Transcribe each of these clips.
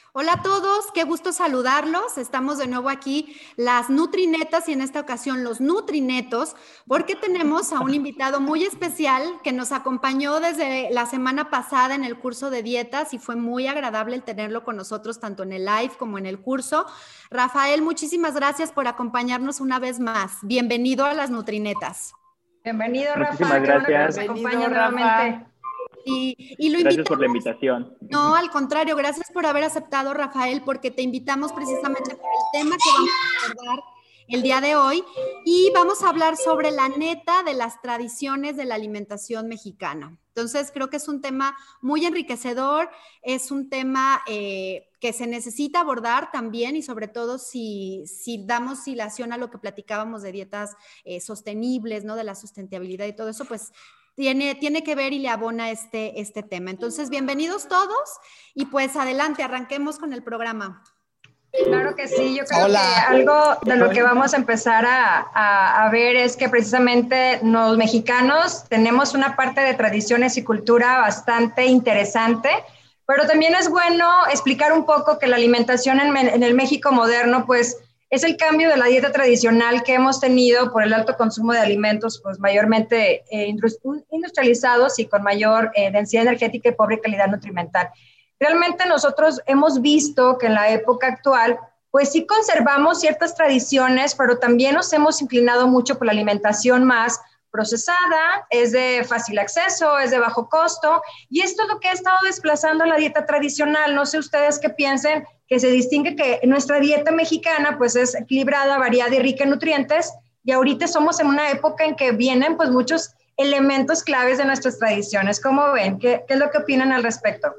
Hola a todos, qué gusto saludarlos. Estamos de nuevo aquí, las Nutrinetas y en esta ocasión los Nutrinetos, porque tenemos a un invitado muy especial que nos acompañó desde la semana pasada en el curso de dietas y fue muy agradable el tenerlo con nosotros tanto en el live como en el curso. Rafael, muchísimas gracias por acompañarnos una vez más. Bienvenido a las Nutrinetas. Bienvenido, Muchísimas Rafa. Qué bueno que gracias. nos acompaña nuevamente. Y lo Gracias invitamos. por la invitación. No, al contrario, gracias por haber aceptado, Rafael, porque te invitamos precisamente por el tema que vamos a abordar el día de hoy y vamos a hablar sobre la neta de las tradiciones de la alimentación mexicana. Entonces, creo que es un tema muy enriquecedor, es un tema que se necesita abordar también y sobre todo si damos hilación a lo que platicábamos de dietas sostenibles, ¿no? De la sustentabilidad y todo eso, pues tiene que ver y le abona este tema. Entonces, bienvenidos todos y pues adelante, arranquemos con el programa. Claro que sí, yo creo que algo de lo que vamos a empezar a ver es que precisamente los mexicanos tenemos una parte de tradiciones y cultura bastante interesante, pero también es bueno explicar un poco que la alimentación en el México moderno, pues, es el cambio de la dieta tradicional que hemos tenido por el alto consumo de alimentos, pues mayormente industrializados y con mayor densidad energética y pobre calidad nutrimental. Realmente nosotros hemos visto que en la época actual, pues sí conservamos ciertas tradiciones, pero también nos hemos inclinado mucho por la alimentación más procesada, es de fácil acceso, es de bajo costo, y esto es lo que ha estado desplazando la dieta tradicional. No sé ustedes qué piensen, que se distingue que nuestra dieta mexicana pues es equilibrada, variada y rica en nutrientes, y ahorita somos en una época en que vienen pues muchos elementos claves de nuestras tradiciones. ¿Cómo ven? ¿Qué es lo que opinan al respecto?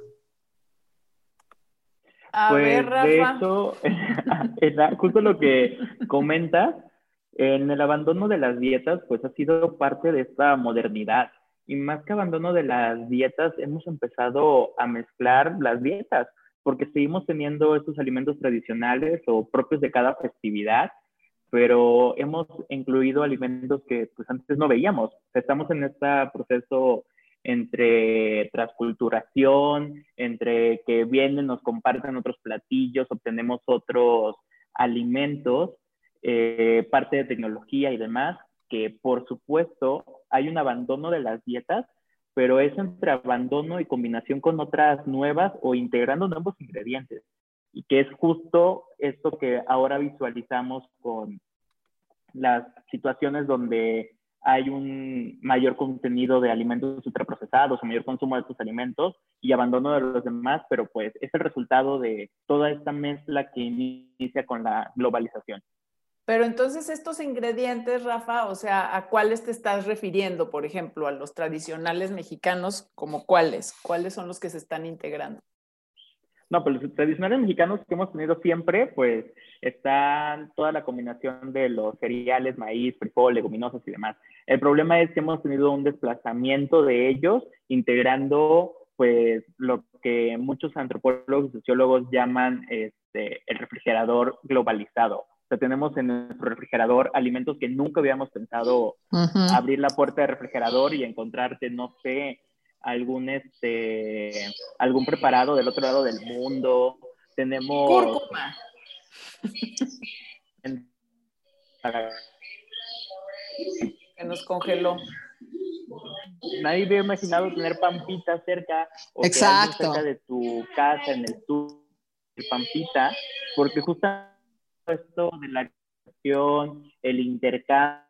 A ver, Rafa. De hecho, justo lo que comentas, en el abandono de las dietas, pues ha sido parte de esta modernidad. Y más que abandono de las dietas, hemos empezado a mezclar las dietas, porque seguimos teniendo estos alimentos tradicionales o propios de cada festividad, pero hemos incluido alimentos que pues antes no veíamos. Estamos en este proceso entre transculturación, entre que vienen, nos comparten otros platillos, obtenemos otros alimentos, parte de tecnología y demás, que por supuesto hay un abandono de las dietas, pero es entre abandono y combinación con otras nuevas o integrando nuevos ingredientes. Y que es justo esto que ahora visualizamos con las situaciones donde hay un mayor contenido de alimentos ultraprocesados, un mayor consumo de estos alimentos y abandono de los demás, pero pues es el resultado de toda esta mezcla que inicia con la globalización. Pero entonces estos ingredientes, Rafa, o sea, ¿a cuáles te estás refiriendo? Por ejemplo, a los tradicionales mexicanos, ¿como cuáles? ¿Cuáles son los que se están integrando? No, pero los tradicionales mexicanos que hemos tenido siempre, pues, están toda la combinación de los cereales, maíz, frijol, leguminosas y demás. El problema es que hemos tenido un desplazamiento de ellos, integrando, pues, lo que muchos antropólogos y sociólogos llaman el refrigerador globalizado. O sea, tenemos en nuestro refrigerador alimentos que nunca habíamos pensado abrir la puerta del refrigerador y encontrarte, no sé, algún preparado del otro lado del mundo. Tenemos cúrcuma. Que nos congeló. Nadie había imaginado tener Pampita cerca o cerca de tu casa en el sur, Pampita, porque justamente esto de la acción, el intercambio,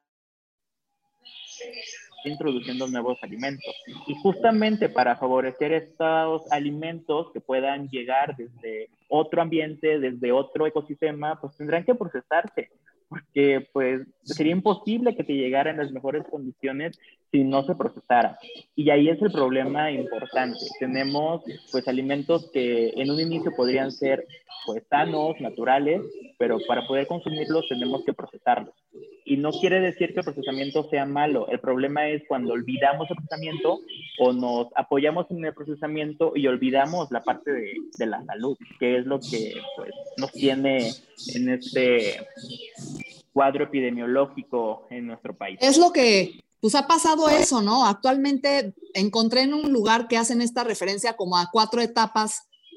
introduciendo nuevos alimentos. Y justamente para favorecer estos alimentos que puedan llegar desde otro ambiente, desde otro ecosistema, pues tendrán que procesarse, porque pues sería imposible que te llegaran en las mejores condiciones si no se procesara. Y ahí es el problema importante. Tenemos pues alimentos que en un inicio podrían ser pues sanos, naturales, pero para poder consumirlos tenemos que procesarlos. Y no quiere decir que el procesamiento sea malo. El problema es cuando olvidamos el procesamiento o nos apoyamos en el procesamiento y olvidamos la parte de la salud, que es lo que pues, nos tiene en este cuadro epidemiológico en nuestro país. Es lo que, pues ha pasado eso, ¿no? Actualmente encontré en un lugar que hacen esta referencia como a 4 etapas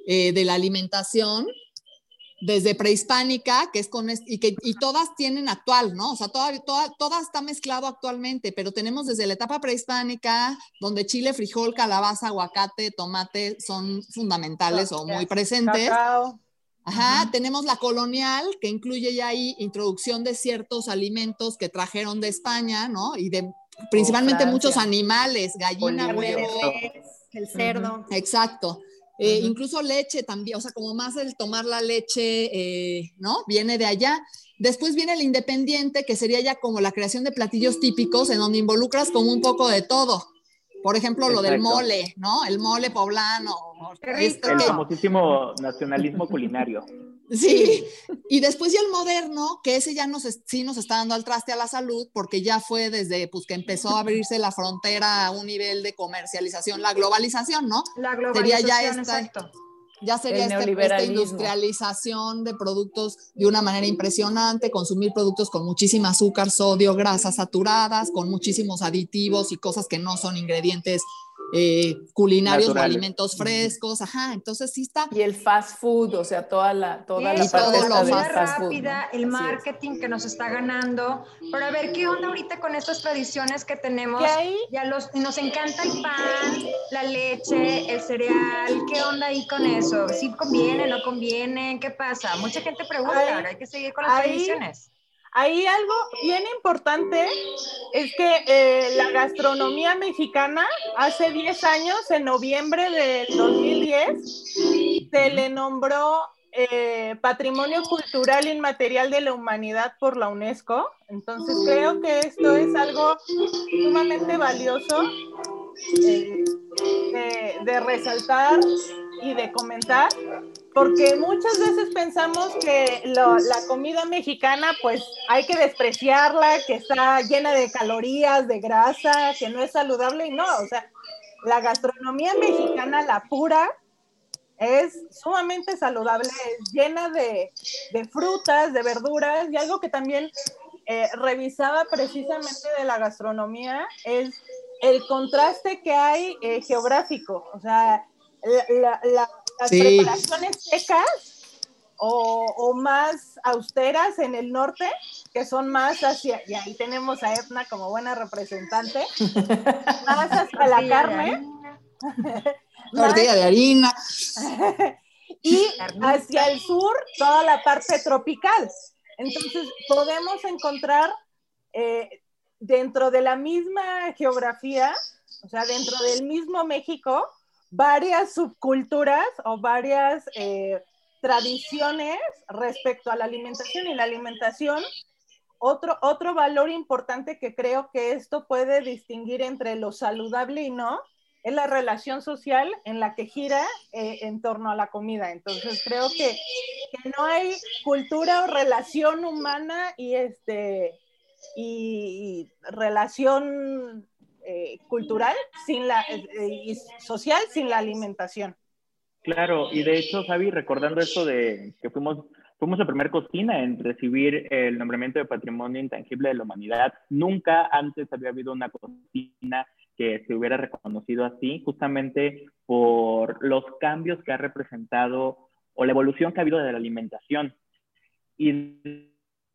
de la alimentación desde prehispánica, que es y todas tienen actual, ¿no? O sea, toda está mezclado actualmente, pero tenemos desde la etapa prehispánica, donde chile, frijol, calabaza, aguacate, tomate son fundamentales o muy presentes. Cacao. Ajá, tenemos la colonial, que incluye ya ahí introducción de ciertos alimentos que trajeron de España, ¿no? Y de principalmente muchos animales, gallina, huevo. El cerdo. Exacto. Incluso leche también, o sea, como más el tomar la leche, ¿no? Viene de allá. Después viene el independiente, que sería ya como la creación de platillos típicos, en donde involucras como un poco de todo. Por ejemplo, lo del mole, ¿no? El mole poblano. El famosísimo nacionalismo culinario. Sí, y después ya el moderno, que ese ya sí nos está dando al traste a la salud, porque ya fue desde pues, que empezó a abrirse la frontera a un nivel de comercialización, la globalización, ¿no? La globalización, exacto. Ya sería esta industrialización de productos de una manera impresionante, consumir productos con muchísima azúcar, sodio, grasas saturadas, con muchísimos aditivos y cosas que no son ingredientes culinarios naturales. O alimentos frescos, ajá, entonces sí está. Y el fast food, o sea, toda la parte la vida rápida, ¿no? El marketing que nos está ganando. Pero a ver, ¿qué onda ahorita con estas tradiciones que tenemos? Ya nos encanta el pan, la leche, el cereal. ¿Qué onda ahí con eso? ¿Sí conviene, no conviene? ¿Qué pasa? Mucha gente pregunta, ahora hay que seguir con las tradiciones. Ahí algo bien importante es que la gastronomía mexicana hace 10 años, en noviembre del 2010, se le nombró Patrimonio Cultural Inmaterial de la Humanidad por la UNESCO. Entonces creo que esto es algo sumamente valioso de resaltar y de comentar, porque muchas veces pensamos que la comida mexicana pues hay que despreciarla, que está llena de calorías, de grasa, que no es saludable, y no, o sea, la gastronomía mexicana, la pura, es sumamente saludable, es llena de frutas, de verduras, y algo que también revisaba precisamente de la gastronomía es el contraste que hay geográfico, o sea, las preparaciones secas o más austeras en el norte, que son más hacia, y ahí tenemos a Edna como buena representante, más hacia la carne, tortilla de harina, y hacia el sur toda la parte tropical. Entonces podemos encontrar dentro de la misma geografía, o sea, dentro del mismo México, varias subculturas o varias tradiciones respecto a la alimentación. Y la alimentación, otro valor importante que creo que esto puede distinguir entre lo saludable y no, es la relación social en la que gira en torno a la comida. Entonces creo que no hay cultura o relación humana y relación cultural y social sin la alimentación. Claro, y de hecho, Javi, recordando esto de que fuimos la primera cocina en recibir el nombramiento de Patrimonio Intangible de la Humanidad. Nunca antes había habido una cocina que se hubiera reconocido así, justamente por los cambios que ha representado o la evolución que ha habido de la alimentación. Y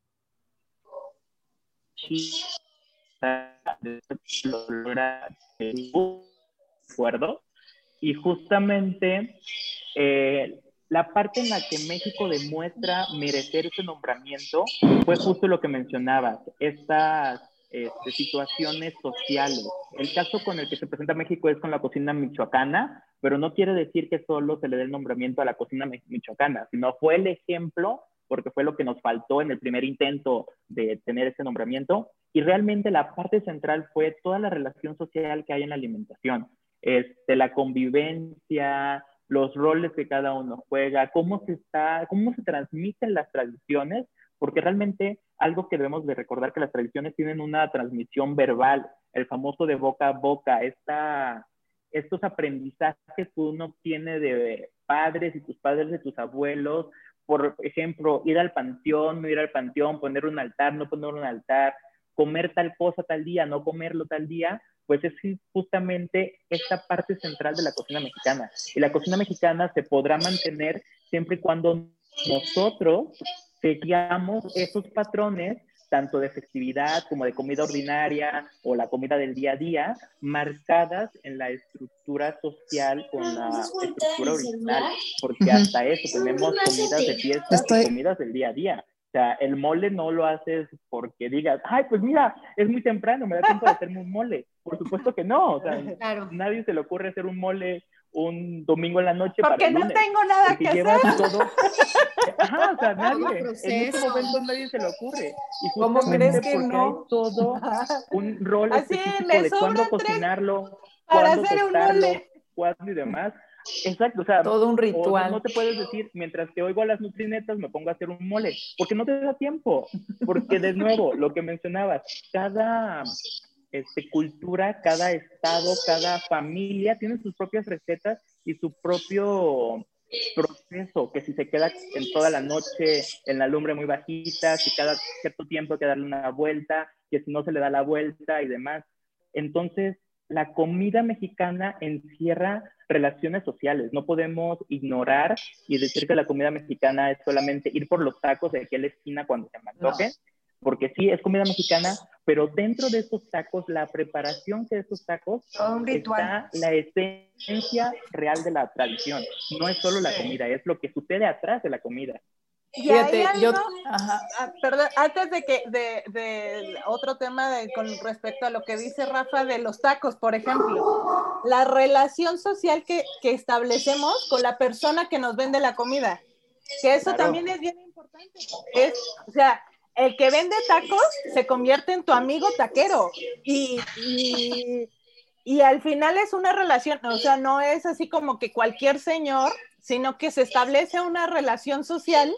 lo logra acuerdo. Y justamente la parte en la que México demuestra merecer ese nombramiento fue justo lo que mencionabas, estas situaciones sociales. El caso con el que se presenta México es con la cocina michoacana, pero no quiere decir que solo se le dé el nombramiento a la cocina michoacana, sino fue el ejemplo, porque fue lo que nos faltó en el primer intento de tener ese nombramiento, y realmente la parte central fue toda la relación social que hay en la alimentación. La convivencia, los roles que cada uno juega, cómo se transmiten las tradiciones, porque realmente algo que debemos de recordar que las tradiciones tienen una transmisión verbal, el famoso de boca a boca, estos aprendizajes que uno tiene de padres y tus padres de tus abuelos, por ejemplo, ir al panteón, no ir al panteón, poner un altar, no poner un altar, comer tal cosa tal día, no comerlo tal día, pues es justamente esta parte central de la cocina mexicana. Y la cocina mexicana se podrá mantener siempre y cuando nosotros seguamos esos patrones, tanto de festividad como de comida ordinaria o la comida del día a día, marcadas en la estructura social o en la estructura original, porque hasta eso tenemos comidas de fiestas y comidas del día a día. O sea, el mole no lo haces porque digas, ay, pues mira, es muy temprano, me da tiempo de hacerme un mole. Por supuesto que no, o sea, nadie se le ocurre hacer un mole un domingo en la noche porque para el no tengo nada que hacer. Todo... Ajá, o sea, nadie, en este momento nadie se le ocurre. Y ¿cómo crees que porque no? hay todo un rol así específico de cuándo cocinarlo, para cuándo hacer tostarlo, un mole, cuándo y demás. Exacto, o sea, todo un ritual. No te puedes decir, mientras que oigo a las nutrinetas me pongo a hacer un mole, porque no te da tiempo, porque de nuevo, lo que mencionabas, cada cultura, cada estado, cada familia tiene sus propias recetas y su propio proceso, que si se queda en toda la noche en la lumbre muy bajita, si cada cierto tiempo hay que darle una vuelta, que si no se le da la vuelta y demás. Entonces, la comida mexicana encierra relaciones sociales. No podemos ignorar y decir que la comida mexicana es solamente ir por los tacos de aquí a la esquina cuando se me antoje, porque sí, es comida mexicana, pero dentro de esos tacos, la preparación de esos tacos, está la esencia real de la tradición. No es solo la comida, es lo que sucede atrás de la comida. Y fíjate, perdón, antes de otro tema con respecto a lo que dice Rafa de los tacos, por ejemplo, la relación social que establecemos con la persona que nos vende la comida, que eso también es bien importante. O sea, el que vende tacos se convierte en tu amigo taquero y al final es una relación, o sea, no es así como que cualquier sino que se establece una relación social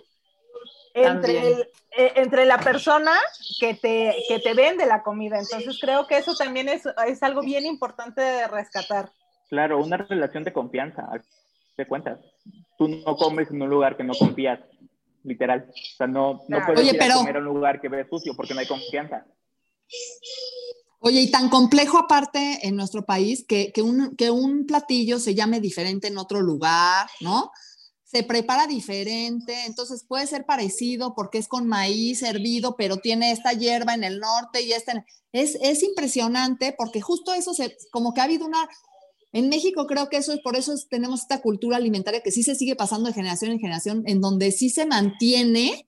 entre la persona que te vende la comida. Entonces creo que eso también es algo bien importante de rescatar. Claro, una relación de confianza, te cuentas. Tú no comes en un lugar que no confías, literal. O sea, no puedes ir a comer a un lugar que ves sucio porque no hay confianza. Oye, y tan complejo aparte en nuestro país que un platillo se llame diferente en otro lugar, ¿no? Se prepara diferente, entonces puede ser parecido porque es con maíz hervido, pero tiene esta hierba en el norte y es impresionante porque justo eso como que ha habido en México creo que por eso tenemos esta cultura alimentaria que sí se sigue pasando de generación en generación, en donde sí se mantiene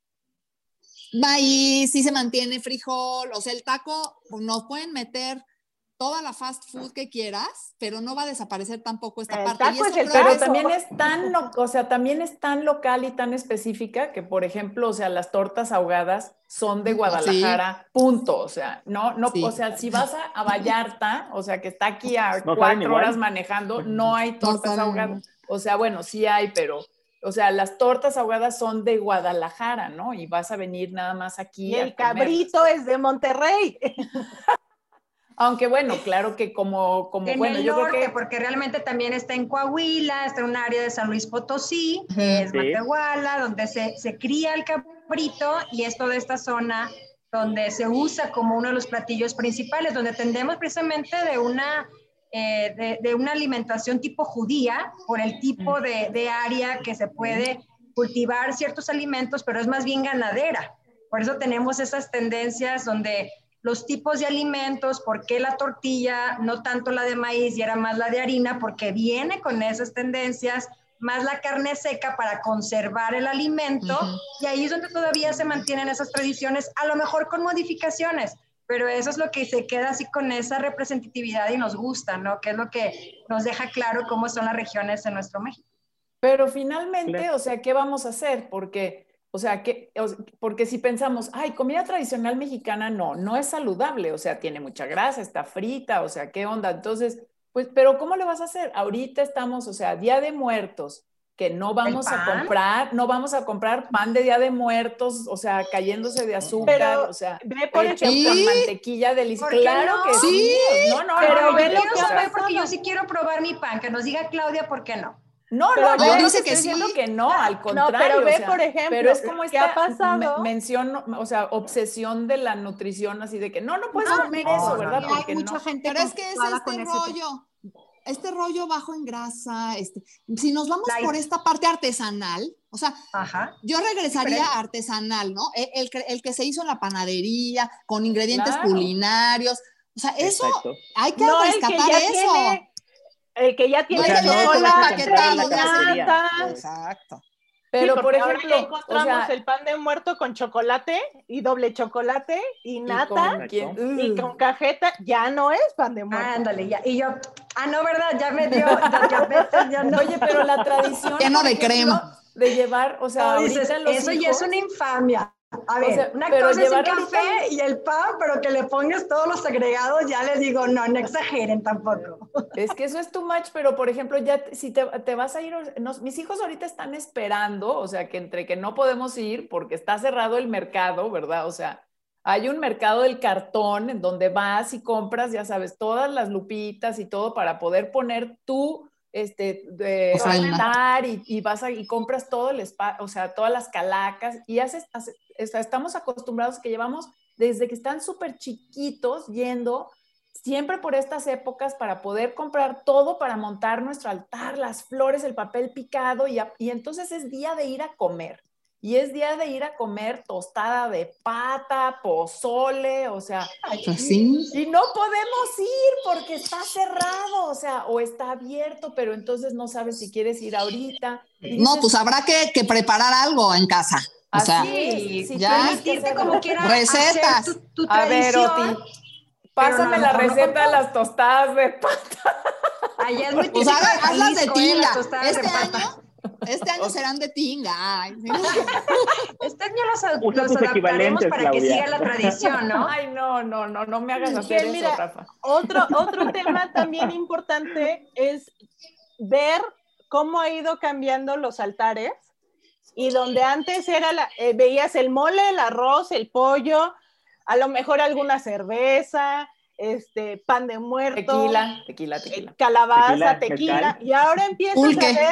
maíz, sí se mantiene frijol, o sea, el taco nos pueden meter toda la fast food que quieras, pero no va a desaparecer tampoco esta parte. Pero también es tan local y tan específica que, por ejemplo, o sea, las tortas ahogadas son de Guadalajara, punto. O sea, o sea, si vas a Vallarta, o sea, que está aquí a 4 horas manejando, no hay tortas ahogadas. O sea, bueno, sí hay, pero, o sea, las tortas ahogadas son de Guadalajara, ¿no? Y vas a venir nada más aquí. Y el cabrito es de Monterrey. Aunque bueno, claro que como en bueno, el yo norte, creo que porque realmente también está en Coahuila, está en un área de San Luis Potosí, que es Matehuala, donde se cría el cabrito y es toda esta zona donde se usa como uno de los platillos principales, donde tendemos precisamente de una alimentación tipo judía, por el tipo de área que se puede cultivar ciertos alimentos, pero es más bien ganadera. Por eso tenemos esas tendencias donde los tipos de alimentos, por qué la tortilla, no tanto la de maíz y era más la de harina, porque viene con esas tendencias, más la carne seca para conservar el alimento, y ahí es donde todavía se mantienen esas tradiciones, a lo mejor con modificaciones, pero eso es lo que se queda así con esa representatividad y nos gusta, ¿no? Que es lo que nos deja claro cómo son las regiones en nuestro México. Pero finalmente, o sea, ¿qué vamos a hacer? Porque si pensamos, ay, comida tradicional mexicana, no es saludable, o sea, tiene mucha grasa, está frita, o sea, ¿qué onda? Entonces, pues, pero ¿cómo le vas a hacer? Ahorita estamos, o sea, Día de Muertos, que no vamos a comprar pan de Día de Muertos, o sea, cayéndose de azúcar, pero, o sea, hecho con mantequilla deliciosa. Claro que sí. No, pero ve lo que porque yo sí quiero probar mi pan, que nos diga Claudia, ¿por qué no? No, pero yo dice estoy que sí. diciendo que no, al contrario. No, pero ve, o sea, por ejemplo, pero es como ¿qué ha pasado? mención, o sea, obsesión de la nutrición, así de que no puedes comer eso, ¿verdad? Sí, Porque hay mucha gente Pero es que es preocupada con ese este rollo bajo en grasa, si nos vamos por esta parte artesanal, o sea, yo regresaría a artesanal, ¿no? El que se hizo en la panadería, con ingredientes culinarios, o sea, eso, hay que rescatar eso. El que ya tiene empaquetado, nata. Exacto. Pero sí, por ejemplo, ahora ya encontramos el pan de muerto con chocolate y doble chocolate y nata y con cajeta, ya no es pan de muerto. Ándale, ya. Y yo, no, ¿verdad? Ya me dio, ya no. Oye, pero la tradición lleno de crema de llevar, o sea, ahorita dices, los eso hijos, ya es una infamia. A ver, una cosa es el café y el pan, pero que le pongas todos los agregados, ya les digo, no exageren tampoco. Es que eso es too much, pero por ejemplo, ya si te vas a ir, mis hijos ahorita están esperando, o sea, que entre que no podemos ir porque está cerrado el mercado, ¿verdad? O sea, hay un mercado del cartón en donde vas y compras, ya sabes, todas las lupitas y todo para poder poner tu altar y vas y compras todo el espacio, o sea, todas las calacas y estamos acostumbrados que llevamos desde que están súper chiquitos yendo siempre por estas épocas para poder comprar todo para montar nuestro altar, las flores, el papel picado y entonces es día de ir a comer. Y es día de ir a comer tostada de pata, pozole, o sea, y no podemos ir porque está cerrado, o sea, o está abierto, pero entonces no sabes si quieres ir ahorita. Y dices, pues habrá que preparar algo en casa. O sea, permitirte como quieras recetas. Hacer tu tradición. A ver, Oti, pásame la receta de las tostadas de pata. Allá es muy típico de Jalisco, de tinga. las tostadas de pata. Este año serán de tinga. Ay, este año los adaptaremos para Claudia. que siga la tradición, ¿no? Ay, no me hagas hacer eso, mira, Rafa. Otro tema también importante es ver cómo ha ido cambiando los altares y donde antes era veías el mole, el arroz, el pollo, a lo mejor alguna cerveza, pan de muerto, tequila, calabaza, tequila, y ahora empiezas a ver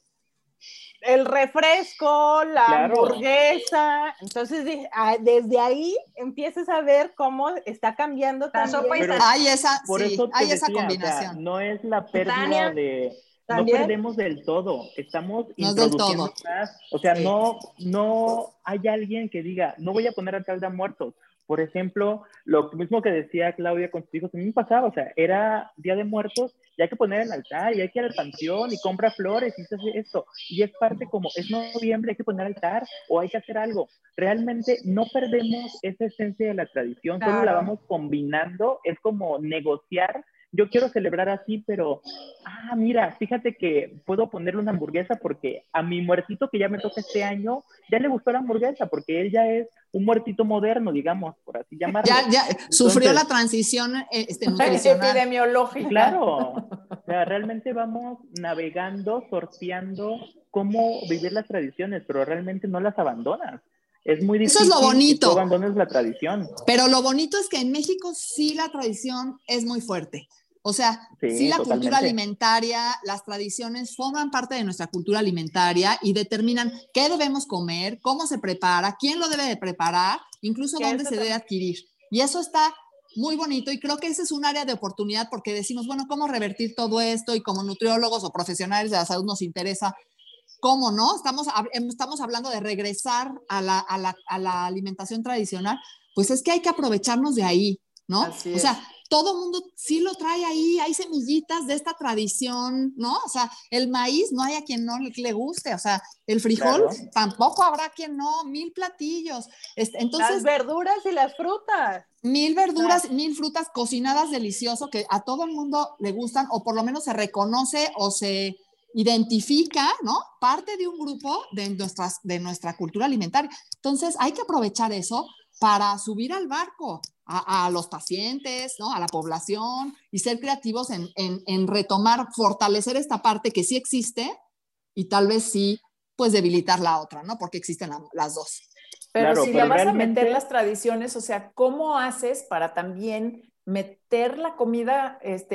el refresco, la hamburguesa, entonces desde ahí empiezas a ver cómo está cambiando también. Hay esa O combinación. sea, no es la pérdida de... ¿También? No perdemos del todo, estamos introduciendo más, o sea, no hay alguien que diga, no voy a poner altar de muertos. Por ejemplo, lo mismo que decía Claudia con sus hijos, a mí me pasaba, o sea, era Día de Muertos y hay que poner el altar y hay que ir al panteón y compra flores y hace esto. Y es parte como, es noviembre, hay que poner altar o hay que hacer algo. Realmente no perdemos esa esencia de la tradición, solo la vamos combinando, es como negociar. Yo quiero celebrar así, pero, mira, fíjate que puedo ponerle una hamburguesa porque a mi muertito que ya me toca este año, ya le gustó la hamburguesa porque él ya es un muertito moderno, digamos, por así llamarlo. Ya sufrió la transición nutricional. Epidemiológica. Claro, o sea, realmente vamos navegando, sorteando cómo vivir las tradiciones, pero realmente no las abandonas. Es muy difícil. Eso es lo bonito. Que tú abandones la tradición. Pero lo bonito es que en México sí la tradición es muy fuerte. O sea, sí la cultura alimentaria, las tradiciones forman parte de nuestra cultura alimentaria y determinan qué debemos comer, cómo se prepara, quién lo debe de preparar, incluso dónde se debe adquirir. Y eso está muy bonito y creo que ese es un área de oportunidad porque decimos, bueno, ¿cómo revertir todo esto? Y como nutriólogos o profesionales de la salud nos interesa, ¿cómo no? Estamos hablando de regresar a la alimentación tradicional, pues es que hay que aprovecharnos de ahí, ¿no? O sea, todo mundo sí lo trae ahí, hay semillitas de esta tradición, ¿no? O sea, el maíz no hay a quien no le guste, o sea, el frijol tampoco habrá quien no, 1000 platillos. Entonces, las verduras y las frutas. 1000 verduras, 1000 frutas cocinadas delicioso que a todo el mundo le gustan o por lo menos se reconoce o se identifica, ¿no? Parte de un grupo de nuestra cultura alimentaria. Entonces, hay que aprovechar eso para subir al barco a los pacientes, ¿no? A la población y ser creativos en retomar, fortalecer esta parte que sí existe y tal vez sí, pues debilitar la otra, ¿no? Porque existen las dos. Pero si le vas a meter las tradiciones, o sea, ¿cómo haces para también meter la comida,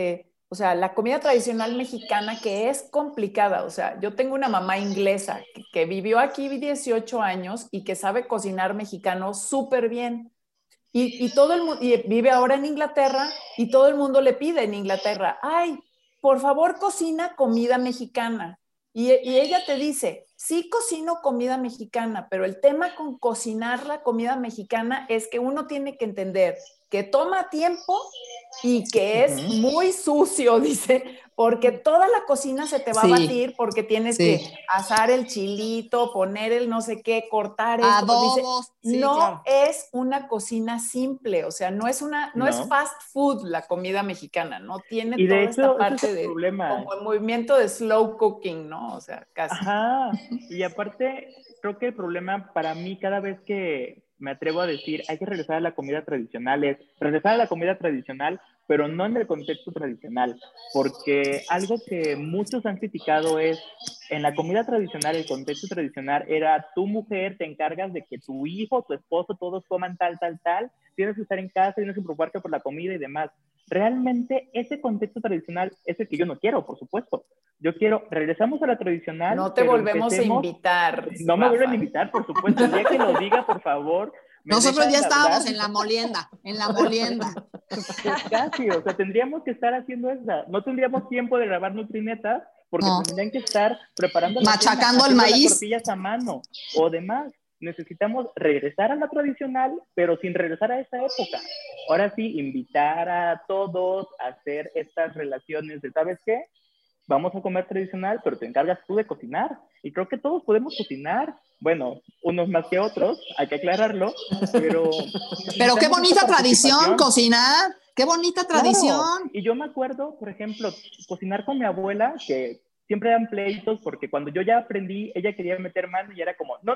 O sea, la comida tradicional mexicana que es complicada. O sea, yo tengo una mamá inglesa que vivió aquí 18 años y que sabe cocinar mexicano súper bien. Y todo el mundo, y vive ahora en Inglaterra, y todo el mundo le pide en Inglaterra, ay, por favor cocina comida mexicana. Y ella te dice, sí cocino comida mexicana, pero el tema con cocinar la comida mexicana es que uno tiene que entender que toma tiempo y que es muy sucio, dice, porque toda la cocina se te va a batir porque tienes que asar el chilito, poner el no sé qué, cortar esto. Adobos. Dice, no es una cocina simple, o sea, no es fast food la comida mexicana, ¿no? Tiene y toda de hecho, esta parte de como el movimiento de slow cooking, ¿no? O sea, casi. Ajá, y aparte, creo que el problema para mí cada vez que me atrevo a decir hay que regresar a la comida tradicional es regresar a la comida tradicional, pero no en el contexto tradicional, porque algo que muchos han criticado es en la comida tradicional, el contexto tradicional era tu mujer, te encargas de que tu hijo, tu esposo, todos coman tal, tienes que estar en casa, tienes que preocuparte por la comida y demás. Realmente ese contexto tradicional es el que yo no quiero, por supuesto. Yo quiero, regresamos a la tradicional. No te volvemos a invitar. No me vuelven a invitar, por supuesto. El día que lo diga, por favor. Nosotros ya estábamos en la molienda. Casi, o sea, tendríamos que estar haciendo eso. No tendríamos tiempo de grabar Nutrinetas porque tendrían que estar preparando machacando el maíz, las tortillas a mano o demás. Necesitamos regresar a la tradicional, pero sin regresar a esa época. Ahora sí, invitar a todos a hacer estas relaciones de, ¿sabes qué? Vamos a comer tradicional, pero te encargas tú de cocinar. Y creo que todos podemos cocinar. Bueno, unos más que otros, hay que aclararlo, pero... Pero qué bonita tradición, cocinar. Qué bonita tradición. Claro. Y yo me acuerdo, por ejemplo, cocinar con mi abuela, que siempre eran pleitos, porque cuando yo ya aprendí, ella quería meter mano y era como, no,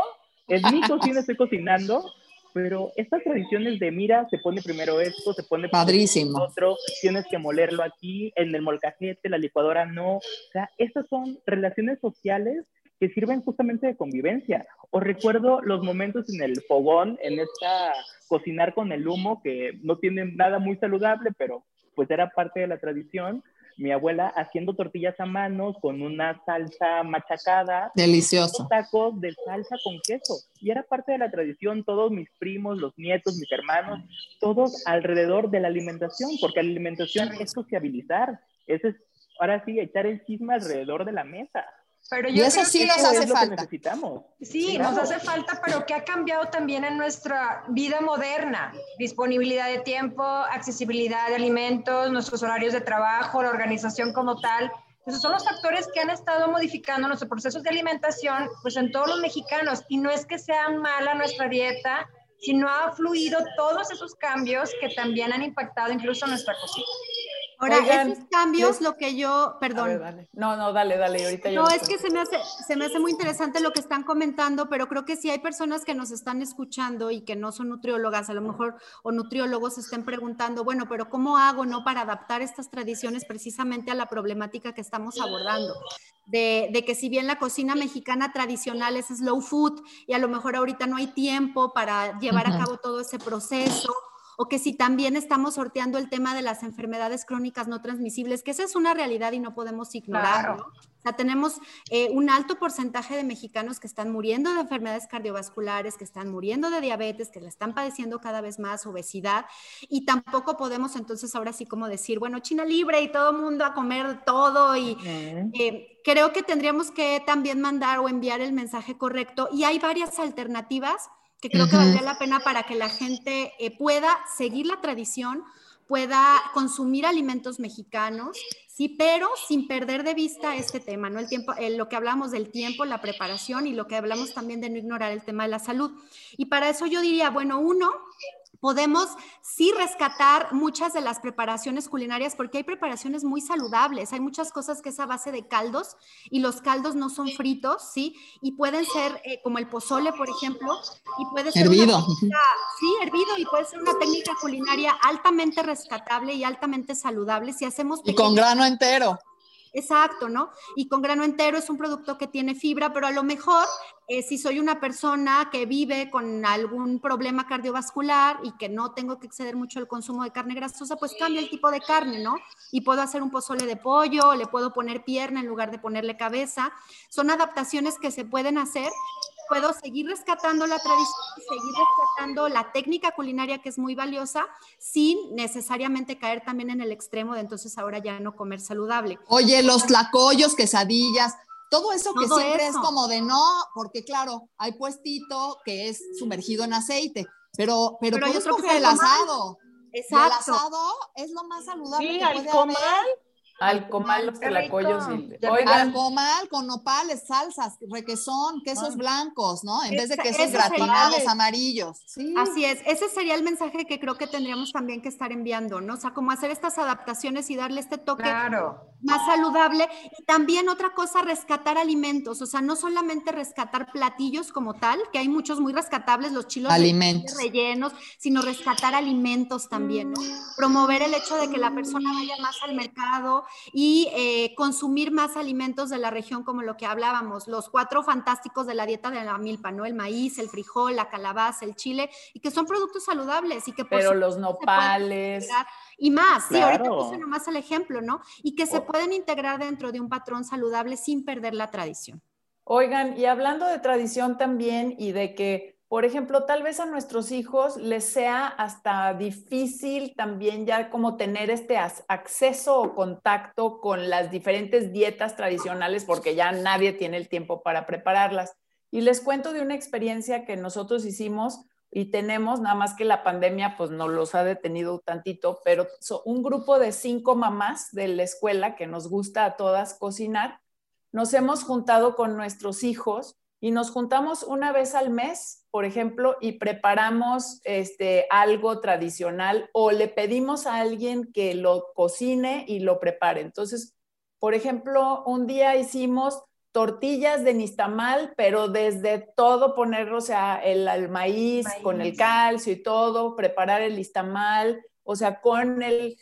es mi cocina, estoy cocinando. Pero estas tradiciones de, mira, se pone primero esto, se pone padrísimo otro, tienes que molerlo aquí, en el molcajete, la licuadora no. O sea, estas son relaciones sociales que sirven justamente de convivencia. O recuerdo los momentos en el fogón, en esta cocinar con el humo, que no tiene nada muy saludable, pero pues era parte de la tradición. Mi abuela haciendo tortillas a mano con una salsa machacada. Delicioso. Tacos de salsa con queso. Y era parte de la tradición, todos mis primos, los nietos, mis hermanos, todos alrededor de la alimentación, porque la alimentación es sociabilizar. Eso es, ahora sí, echar el chisme alrededor de la mesa. Pero y eso sí nos hace falta. Necesitamos. Sí, claro. Nos hace falta, pero ¿qué ha cambiado también en nuestra vida moderna? Disponibilidad de tiempo, accesibilidad de alimentos, nuestros horarios de trabajo, la organización como tal. Esos son los factores que han estado modificando nuestros procesos de alimentación, pues en todos los mexicanos. Y no es que sea mala nuestra dieta, sino ha fluido todos esos cambios que también han impactado incluso nuestra cocina. Ahora, oigan, esos cambios, lo que yo, perdón. Ver, dale. No, dale, ahorita yo. No, es que se me hace muy interesante lo que están comentando, pero creo que sí hay personas que nos están escuchando y que no son nutriólogas, a lo mejor, o nutriólogos estén preguntando, bueno, pero ¿cómo hago, no, para adaptar estas tradiciones precisamente a la problemática que estamos abordando? De que si bien la cocina mexicana tradicional es slow food y a lo mejor ahorita no hay tiempo para llevar a cabo todo ese proceso, o que si también estamos sorteando el tema de las enfermedades crónicas no transmisibles, que esa es una realidad y no podemos ignorarlo. Claro. O sea, tenemos un alto porcentaje de mexicanos que están muriendo de enfermedades cardiovasculares, que están muriendo de diabetes, que la están padeciendo cada vez más, obesidad, y tampoco podemos entonces ahora sí como decir, bueno, China libre y todo mundo a comer todo, y creo que tendríamos que también mandar o enviar el mensaje correcto, y hay varias alternativas que creo que valdría la pena para que la gente pueda seguir la tradición, pueda consumir alimentos mexicanos, sí, pero sin perder de vista este tema, ¿no? El tiempo, lo que hablamos del tiempo, la preparación, y lo que hablamos también de no ignorar el tema de la salud. Y para eso yo diría, bueno, podemos sí rescatar muchas de las preparaciones culinarias, porque hay preparaciones muy saludables, hay muchas cosas que es a base de caldos, y los caldos no son fritos, ¿sí? Y pueden ser como el pozole, por ejemplo, y puede ser hervido. Hervido, y puede ser una técnica culinaria altamente rescatable y altamente saludable si hacemos... Y con grano entero. Exacto, ¿no? Y con grano entero es un producto que tiene fibra, pero a lo mejor Si soy una persona que vive con algún problema cardiovascular y que no tengo que exceder mucho el consumo de carne grasosa, pues cambia el tipo de carne, ¿no? Y puedo hacer un pozole de pollo, le puedo poner pierna en lugar de ponerle cabeza. Son adaptaciones que se pueden hacer. Puedo seguir rescatando la tradición, seguir rescatando la técnica culinaria que es muy valiosa, sin necesariamente caer también en el extremo de entonces ahora ya no comer saludable. Oye, los tlacoyos, quesadillas, todo eso que siempre es como de no, porque claro, hay puestito que es sumergido en aceite, pero puedes coger el asado. Exacto. Y el asado es lo más saludable que puede haber. Al comal, los tlacoyos. Al comal con nopales, salsas, requesón, quesos blancos, ¿no? En vez de quesos gratinados amarillos. Sí. Así es. Ese sería el mensaje que creo que tendríamos también que estar enviando, ¿no? O sea, como hacer estas adaptaciones y darle este toque más saludable. Y también otra cosa, rescatar alimentos. O sea, no solamente rescatar platillos como tal, que hay muchos muy rescatables, los chilos rellenos, sino rescatar alimentos también, ¿no? Promover el hecho de que la persona vaya más al mercado y consumir más alimentos de la región, como lo que hablábamos, los 4 fantásticos de la dieta de la milpa, ¿no? El maíz, el frijol, la calabaza, el chile, y que son productos saludables y que por pero los nopales y más, sí, ahorita puse nomás el ejemplo, ¿no? Y que se pueden integrar dentro de un patrón saludable sin perder la tradición. Oigan, y hablando de tradición también y de que, por ejemplo, tal vez a nuestros hijos les sea hasta difícil también ya como tener este acceso o contacto con las diferentes dietas tradicionales porque ya nadie tiene el tiempo para prepararlas. Y les cuento de una experiencia que nosotros hicimos y tenemos, nada más que la pandemia pues nos los ha detenido tantito, pero un grupo de 5 mamás de la escuela que nos gusta a todas cocinar, nos hemos juntado con nuestros hijos y nos juntamos una vez al mes, por ejemplo, y preparamos algo tradicional o le pedimos a alguien que lo cocine y lo prepare. Entonces, por ejemplo, un día hicimos tortillas de nixtamal, pero desde todo poner, o sea, el maíz con el calcio y todo, preparar el nixtamal, o sea, con el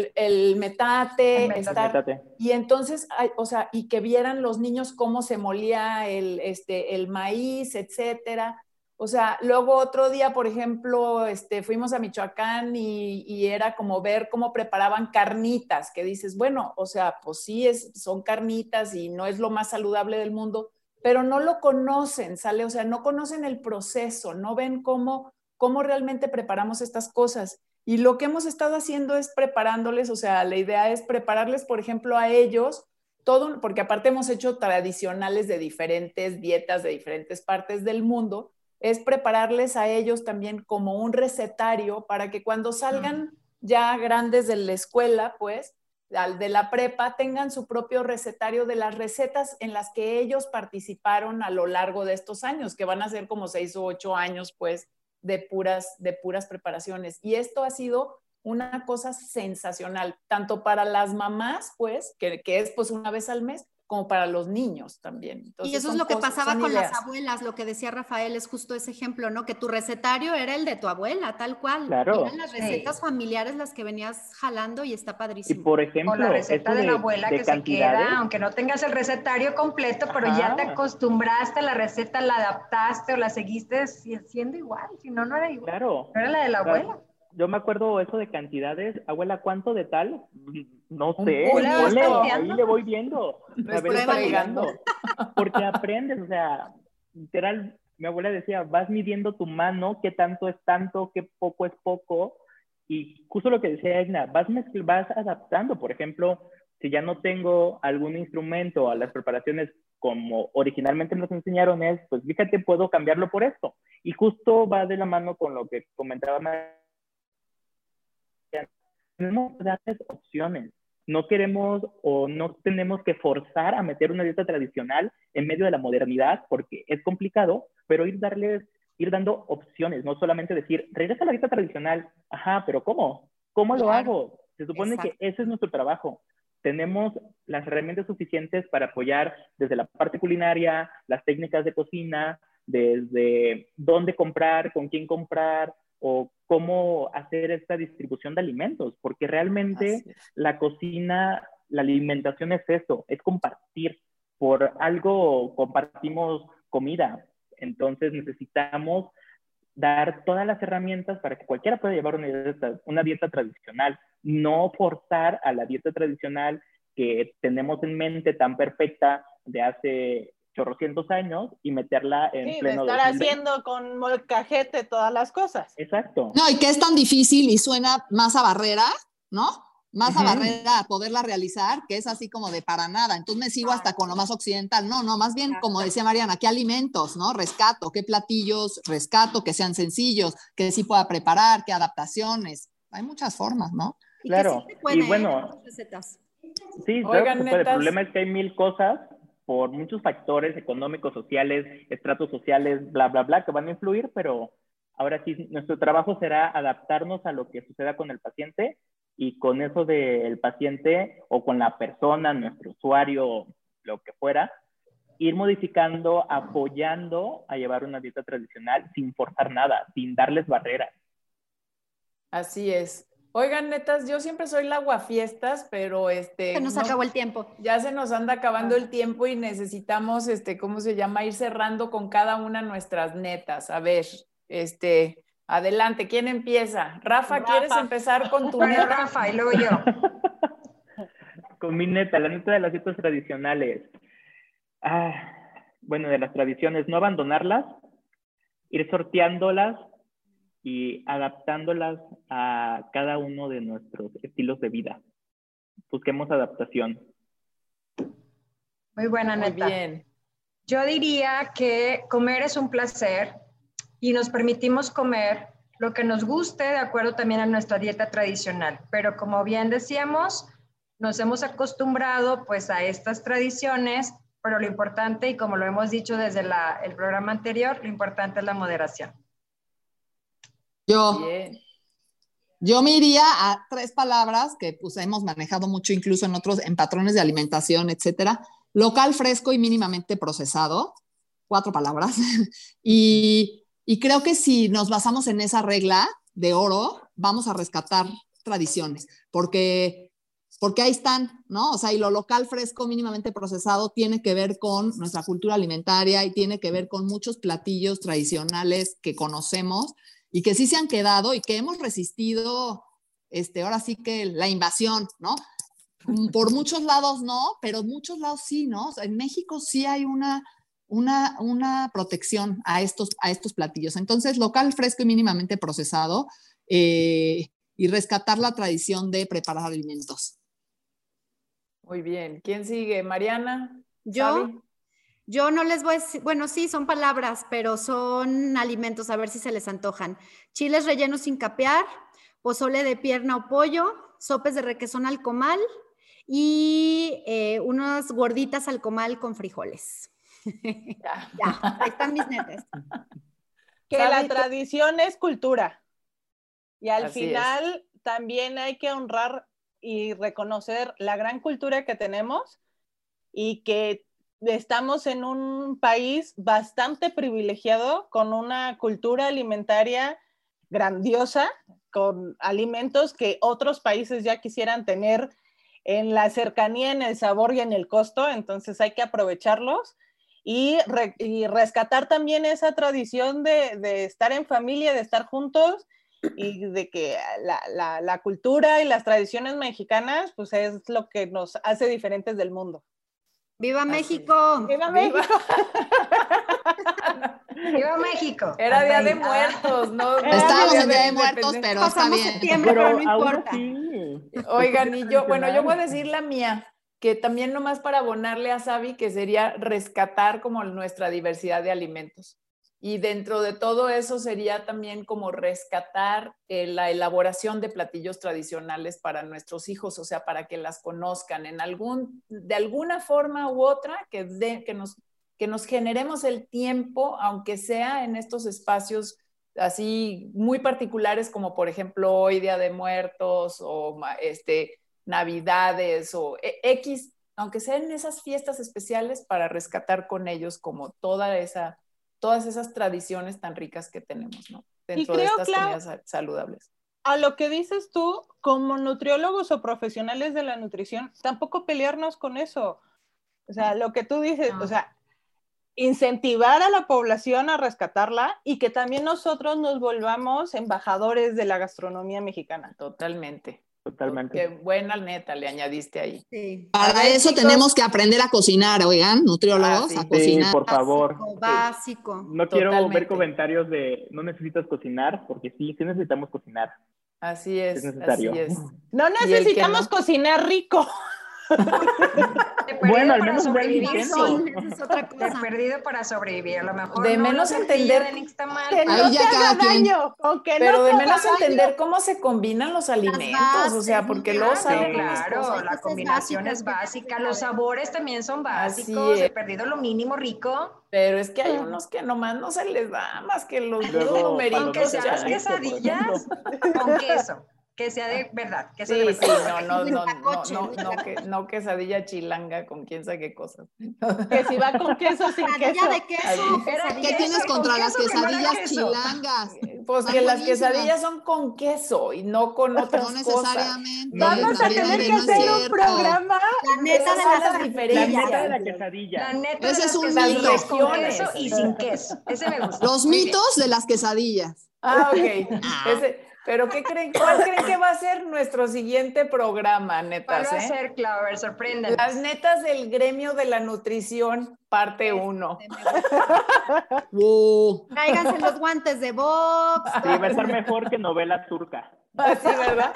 metate, y entonces, o sea, y que vieran los niños cómo se molía el maíz, etcétera. O sea, luego otro día, por ejemplo, fuimos a Michoacán y era como ver cómo preparaban carnitas, que dices, bueno, o sea, pues sí, son carnitas y no es lo más saludable del mundo, pero no lo conocen, ¿sale? O sea, no conocen el proceso, no ven cómo realmente preparamos estas cosas. Y lo que hemos estado haciendo es preparándoles, o sea, la idea es prepararles, por ejemplo, a ellos, todo, porque aparte hemos hecho tradicionales de diferentes dietas de diferentes partes del mundo, es prepararles a ellos también como un recetario para que cuando salgan ya grandes de la escuela, pues, de la prepa, tengan su propio recetario de las recetas en las que ellos participaron a lo largo de estos años, que van a ser como 6 o 8 años, pues, de puras preparaciones. Y esto ha sido una cosa sensacional, tanto para las mamás, pues, que es pues una vez al mes, como para los niños también. Entonces, y eso es lo que pasaba con las abuelas, lo que decía Rafael es justo ese ejemplo, ¿no? Que tu recetario era el de tu abuela, tal cual. Claro. Eran las recetas familiares las que venías jalando y está padrísimo. Y por ejemplo, o la receta de la abuela que se queda, aunque no tengas el recetario completo, pero ya te acostumbraste a la receta, la adaptaste o la seguiste siendo igual, si no, no era igual. Claro. No era la de la abuela. Yo me acuerdo eso de cantidades. Abuela, ¿cuánto de tal? No sé. Ahí le voy viendo. A ver, está llegando. Porque aprendes, o sea, literal, mi abuela decía, vas midiendo tu mano, qué tanto es tanto, qué poco es poco. Y justo lo que decía Edna, vas adaptando. Por ejemplo, si ya no tengo algún instrumento a las preparaciones como originalmente nos enseñaron, pues fíjate, puedo cambiarlo por esto. Y justo va de la mano con lo que comentaba María. Tenemos que darles opciones. No queremos o no tenemos que forzar a meter una dieta tradicional en medio de la modernidad porque es complicado, pero ir dando opciones, no solamente decir, regresa a la dieta tradicional. Ajá, pero ¿cómo? ¿Cómo lo hago? Se supone que ese es nuestro trabajo. Tenemos las herramientas suficientes para apoyar desde la parte culinaria, las técnicas de cocina, desde dónde comprar, con quién comprar, o cómo hacer esta distribución de alimentos, porque realmente la cocina, la alimentación es eso, es compartir. Por algo compartimos comida. Entonces necesitamos dar todas las herramientas para que cualquiera pueda llevar una dieta tradicional, no forzar a la dieta tradicional que tenemos en mente tan perfecta de hace chorrocientos años y meterla en pleno de estar 2020. haciendo con molcajete todas las cosas. Exacto. No, y que es tan difícil y suena más a barrera, ¿no? Más a barrera a poderla realizar, que es así como de para nada. Entonces me sigo hasta con lo más occidental. No, más bien, como decía Mariana, ¿qué alimentos, no? Rescato, ¿qué platillos rescato? Que sean sencillos, que sí pueda preparar, qué adaptaciones. Hay muchas formas, ¿no? Claro, y, que sí se puede, y bueno, recetas. Sí, Oigan, claro que se puede. El netas. problema es que hay 1000 cosas por muchos factores económicos, sociales, estratos sociales, bla, bla, bla, que van a influir, pero ahora sí, nuestro trabajo será adaptarnos a lo que suceda con el paciente y con eso del paciente o con la persona, nuestro usuario, lo que fuera, ir modificando, apoyando a llevar una dieta tradicional sin forzar nada, sin darles barreras. Así es. Oigan, netas, yo siempre soy la aguafiestas, pero Se nos acabó el tiempo. Ya se nos anda acabando el tiempo y necesitamos, ¿cómo se llama? Ir cerrando con cada una nuestras netas. A ver, adelante, ¿quién empieza? Rafa, ¿quieres empezar con tu neta? Rafa, y luego yo. Con mi neta, la neta de las dietas tradicionales. Bueno, de las tradiciones, no abandonarlas, ir sorteándolas y adaptándolas a cada uno de nuestros estilos de vida. Busquemos adaptación. Muy buena, neta. Muy bien. Yo diría que comer es un placer y nos permitimos comer lo que nos guste de acuerdo también a nuestra dieta tradicional. Pero como bien decíamos, nos hemos acostumbrado pues a estas tradiciones, pero lo importante, y como lo hemos dicho desde el programa anterior, lo importante es la moderación. Yo me iría a 3 palabras que pues hemos manejado mucho incluso en patrones de alimentación, etcétera. Local, fresco y mínimamente procesado. 4 palabras. Y creo que si nos basamos en esa regla de oro, vamos a rescatar tradiciones, porque ahí están, ¿no? O sea, y lo local, fresco, mínimamente procesado tiene que ver con nuestra cultura alimentaria y tiene que ver con muchos platillos tradicionales que conocemos y que sí se han quedado y que hemos resistido, ahora sí que la invasión, ¿no? Por muchos lados no, pero muchos lados sí, ¿no? O sea, en México sí hay una protección a estos platillos. Entonces, local, fresco y mínimamente procesado y rescatar la tradición de preparar alimentos. Muy bien. ¿Quién sigue? ¿Mariana? Yo no les voy a decir, bueno, sí, son palabras, pero son alimentos, a ver si se les antojan. Chiles rellenos sin capear, pozole de pierna o pollo, sopes de requesón al comal y unas gorditas al comal con frijoles. Ya, ahí están mis netas. Que la tradición es cultura. Y al Así final también hay que honrar y reconocer la gran cultura que tenemos y que estamos en un país bastante privilegiado con una cultura alimentaria grandiosa, con alimentos que otros países ya quisieran tener en la cercanía, en el sabor y en el costo. Entonces hay que aprovecharlos y rescatar también esa tradición de estar en familia, de estar juntos y de que la cultura y las tradiciones mexicanas pues es lo que nos hace diferentes del mundo. ¡Viva México! ¡Viva México! ¡Viva México! Era Día de Muertos, ¿no? Estábamos en Día de Muertos, pero está bien. Septiembre, pero no importa. Oigan, y yo voy a decir la mía, que también nomás para abonarle a Sabi, que sería rescatar como nuestra diversidad de alimentos. Y dentro de todo eso sería también como rescatar la elaboración de platillos tradicionales para nuestros hijos, o sea, para que las conozcan de alguna forma u otra, que nos generemos el tiempo, aunque sea en estos espacios así muy particulares como por ejemplo hoy Día de Muertos o Navidades o X, aunque sean esas fiestas especiales para rescatar con ellos como todas esas tradiciones tan ricas que tenemos, ¿no? Dentro de estas comidas saludables. A lo que dices tú, como nutriólogos o profesionales de la nutrición, tampoco pelearnos con eso. O sea, lo que tú dices, o sea, incentivar a la población a rescatarla y que también nosotros nos volvamos embajadores de la gastronomía mexicana. Totalmente. Totalmente. Qué buena neta le añadiste ahí. Sí. Para eso chicos, tenemos que aprender a cocinar, oigan, nutriólogos, a cocinar. Sí, por favor. Básico. No quiero ver comentarios de no necesitas cocinar, porque sí necesitamos cocinar. Así es, necesario. Así es. No necesitamos cocinar rico. Bueno, al menos sobrevivir, sí. Es otra cosa. De perdido para sobrevivir, a lo mejor de menos entender que no te haga daño, pero de menos entender cómo se combinan los alimentos, bases, o sea, porque luego saben claro, la combinación es básica, los sabores también son básicos, de perdido lo mínimo rico. Pero es que hay unos que nomás no se les da más que los numeritos. Que sean las quesadillas con queso. Que sea de verdad. Que sea sí, de verdad. No quesadilla chilanga con quién sabe qué cosas. Que si va con queso sin queso. De queso. ¿Qué tienes contra las quesadillas chilangas? Pues que las quesadillas son con queso y no con otras cosas. No necesariamente. Vamos a tener que hacer un programa. La neta de las diferencias. La neta de la quesadilla. La neta ese de es un mito. Con queso y sin queso. Ese me gusta. Los mitos de las quesadillas. Ok. Pero ¿qué creen? ¿Cuál creen que va a ser nuestro siguiente programa, netas? ¿Cuál va a ser, Clover? Sorpréndenos. Las netas del gremio de la nutrición, parte 1. Tráiganse los guantes de box. Sí, va a estar mejor que novela turca. Así, ¿verdad?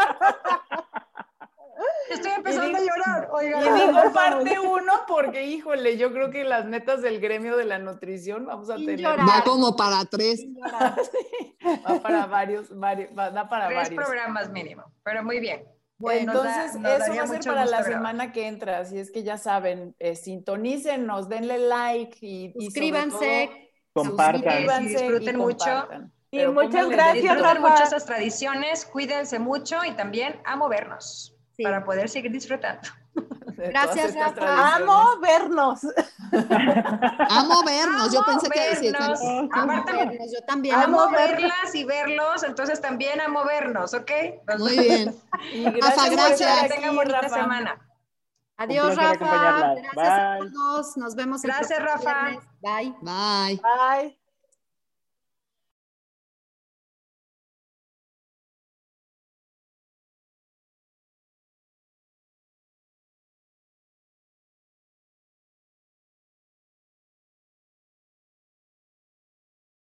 Estoy empezando a llorar. Oigan, y digo parte 1 porque, híjole, yo creo que las netas del gremio de la nutrición vamos a tener. Va como para 3. Va para varios, da para 3 varios. programas mínimo, pero muy bien. Bueno, entonces, eso va a ser para la semana que entra, así es que ya saben, sintonícenos, denle like y suscríbanse, compartan, y disfruten mucho. Y muchas gracias, Rafa. Mucho esas tradiciones, cuídense mucho y también a movernos. Sí. Para poder seguir disfrutando. Gracias, Rafa. Amo vernos. Amo vernos. Yo pensé que decía. Yo también. Amo verlas y verlos, entonces también amo vernos, ¿ok? Muy bien. Rafa, gracias. Que tengan bonita semana. Adiós, Rafa. Gracias a todos. Nos vemos. Gracias, Rafa. Bye. Bye. Bye.